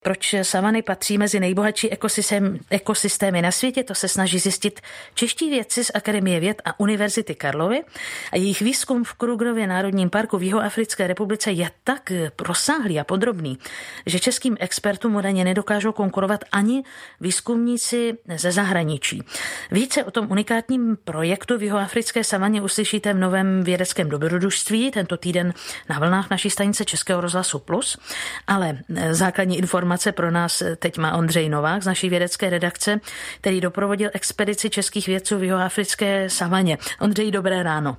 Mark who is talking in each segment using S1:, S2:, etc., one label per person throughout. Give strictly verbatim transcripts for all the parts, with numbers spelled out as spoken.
S1: Proč savany patří mezi nejbohatší ekosystém, ekosystémy na světě, to se snaží zjistit čeští vědci z Akademie věd a Univerzity Karlovy. A jejich výzkum v Krugrově národním parku v Jihoafrické republice je tak rozsáhlý a podrobný, že českým expertům moderně nedokážou konkurovat ani výzkumníci ze zahraničí. Více o tom unikátním projektu v jihoafrické savaně uslyšíte v novém vědeckém dobrodružství tento týden na vlnách naší stanice Českého rozhlasu Plus, ale základní informace pro nás teď má Ondřej Novák z naší vědecké redakce, který doprovodil expedici českých vědců v jihoafrické savaně. Ondřej, dobré ráno.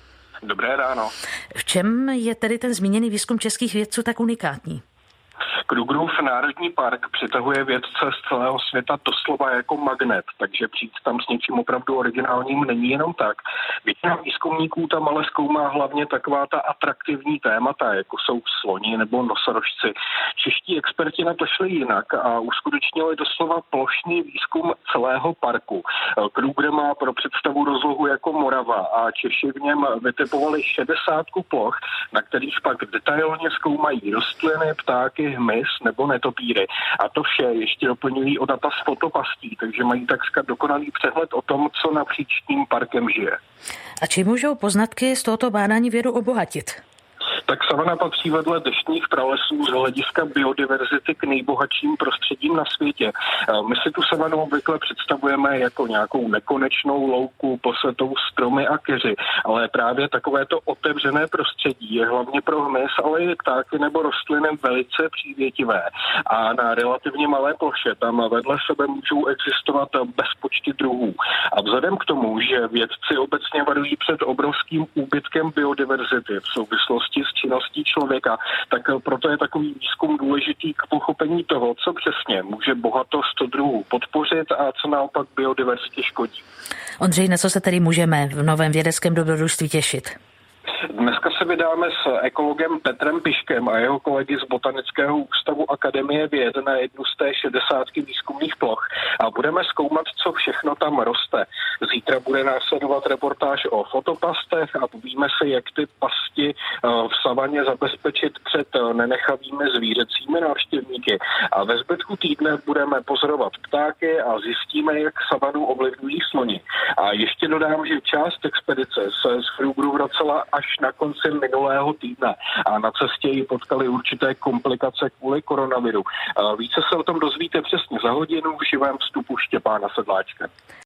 S2: Dobré ráno.
S1: V čem je tedy ten zmíněný výzkum českých vědců tak unikátní?
S2: Krugerův národní park přitahuje vědce z celého světa doslova jako magnet, takže přijít tam s něčím opravdu originálním není jenom tak. Většina výzkumníků tam ale zkoumá hlavně taková ta atraktivní témata, jako jsou sloni nebo nosorožci. Čeští experti na to šli jinak a uskutečnili doslova plošný výzkum celého parku. Kruger má pro představu rozlohu jako Morava a Češi v něm vytipovali šedesátku ploch, na kterých pak detailně zkoumají rostliny, ptáky, hmyz nebo netopíry. A to vše ještě doplňují o data z fotopastí, takže mají takřka dokonalý přehled o tom, co napříč tím parkem žije.
S1: A čím můžou poznatky z tohoto bádání vědu obohatit?
S2: Tak savana patří vedle deštných pralesů z hlediska biodiverzity k nejbohatším prostředím na světě. My si tu savanu obvykle představujeme jako nějakou nekonečnou louku posetou stromy a keři, ale právě takovéto otevřené prostředí je hlavně pro hmyz, ale i ptáky nebo rostliny velice přívětivé. A na relativně malé ploše tam vedle sebe můžou existovat bezpočty druhů. A vzhledem k tomu, že vědci obecně varují před obrovským úbytkem biodiverzity v souvislosti s činností člověka, tak proto je takový výzkum důležitý k pochopení toho, co přesně může bohatost druhů podpořit a co naopak biodiverzitě škodí.
S1: Ondřej, na co se tedy můžeme v novém vědeckém dobrodružství těšit?
S2: Dneska se vydáme s ekologem Petrem Piškem a jeho kolegy z Botanického ústavu Akademie věd na jednu z té šedesátky výzkumných ploch a budeme zkoumat, co všechno tam roste. Zítra bude následovat reportáž o fotopastech a povíme si, jak ty pasti v savaně zabezpečit před nenechavými zvířecími návštěvníky. A ve zbytku týdne budeme pozorovat ptáky a zjistíme, jak savanu ovlivňují sloni. A ještě dodám, že část expedice se z Krugeru vracela až na konci minulého týdne a na cestě ji potkali určité komplikace kvůli koronaviru. Více se o tom dozvíte přesně za hodinu v živém vstupu Štěpána Sedláčka.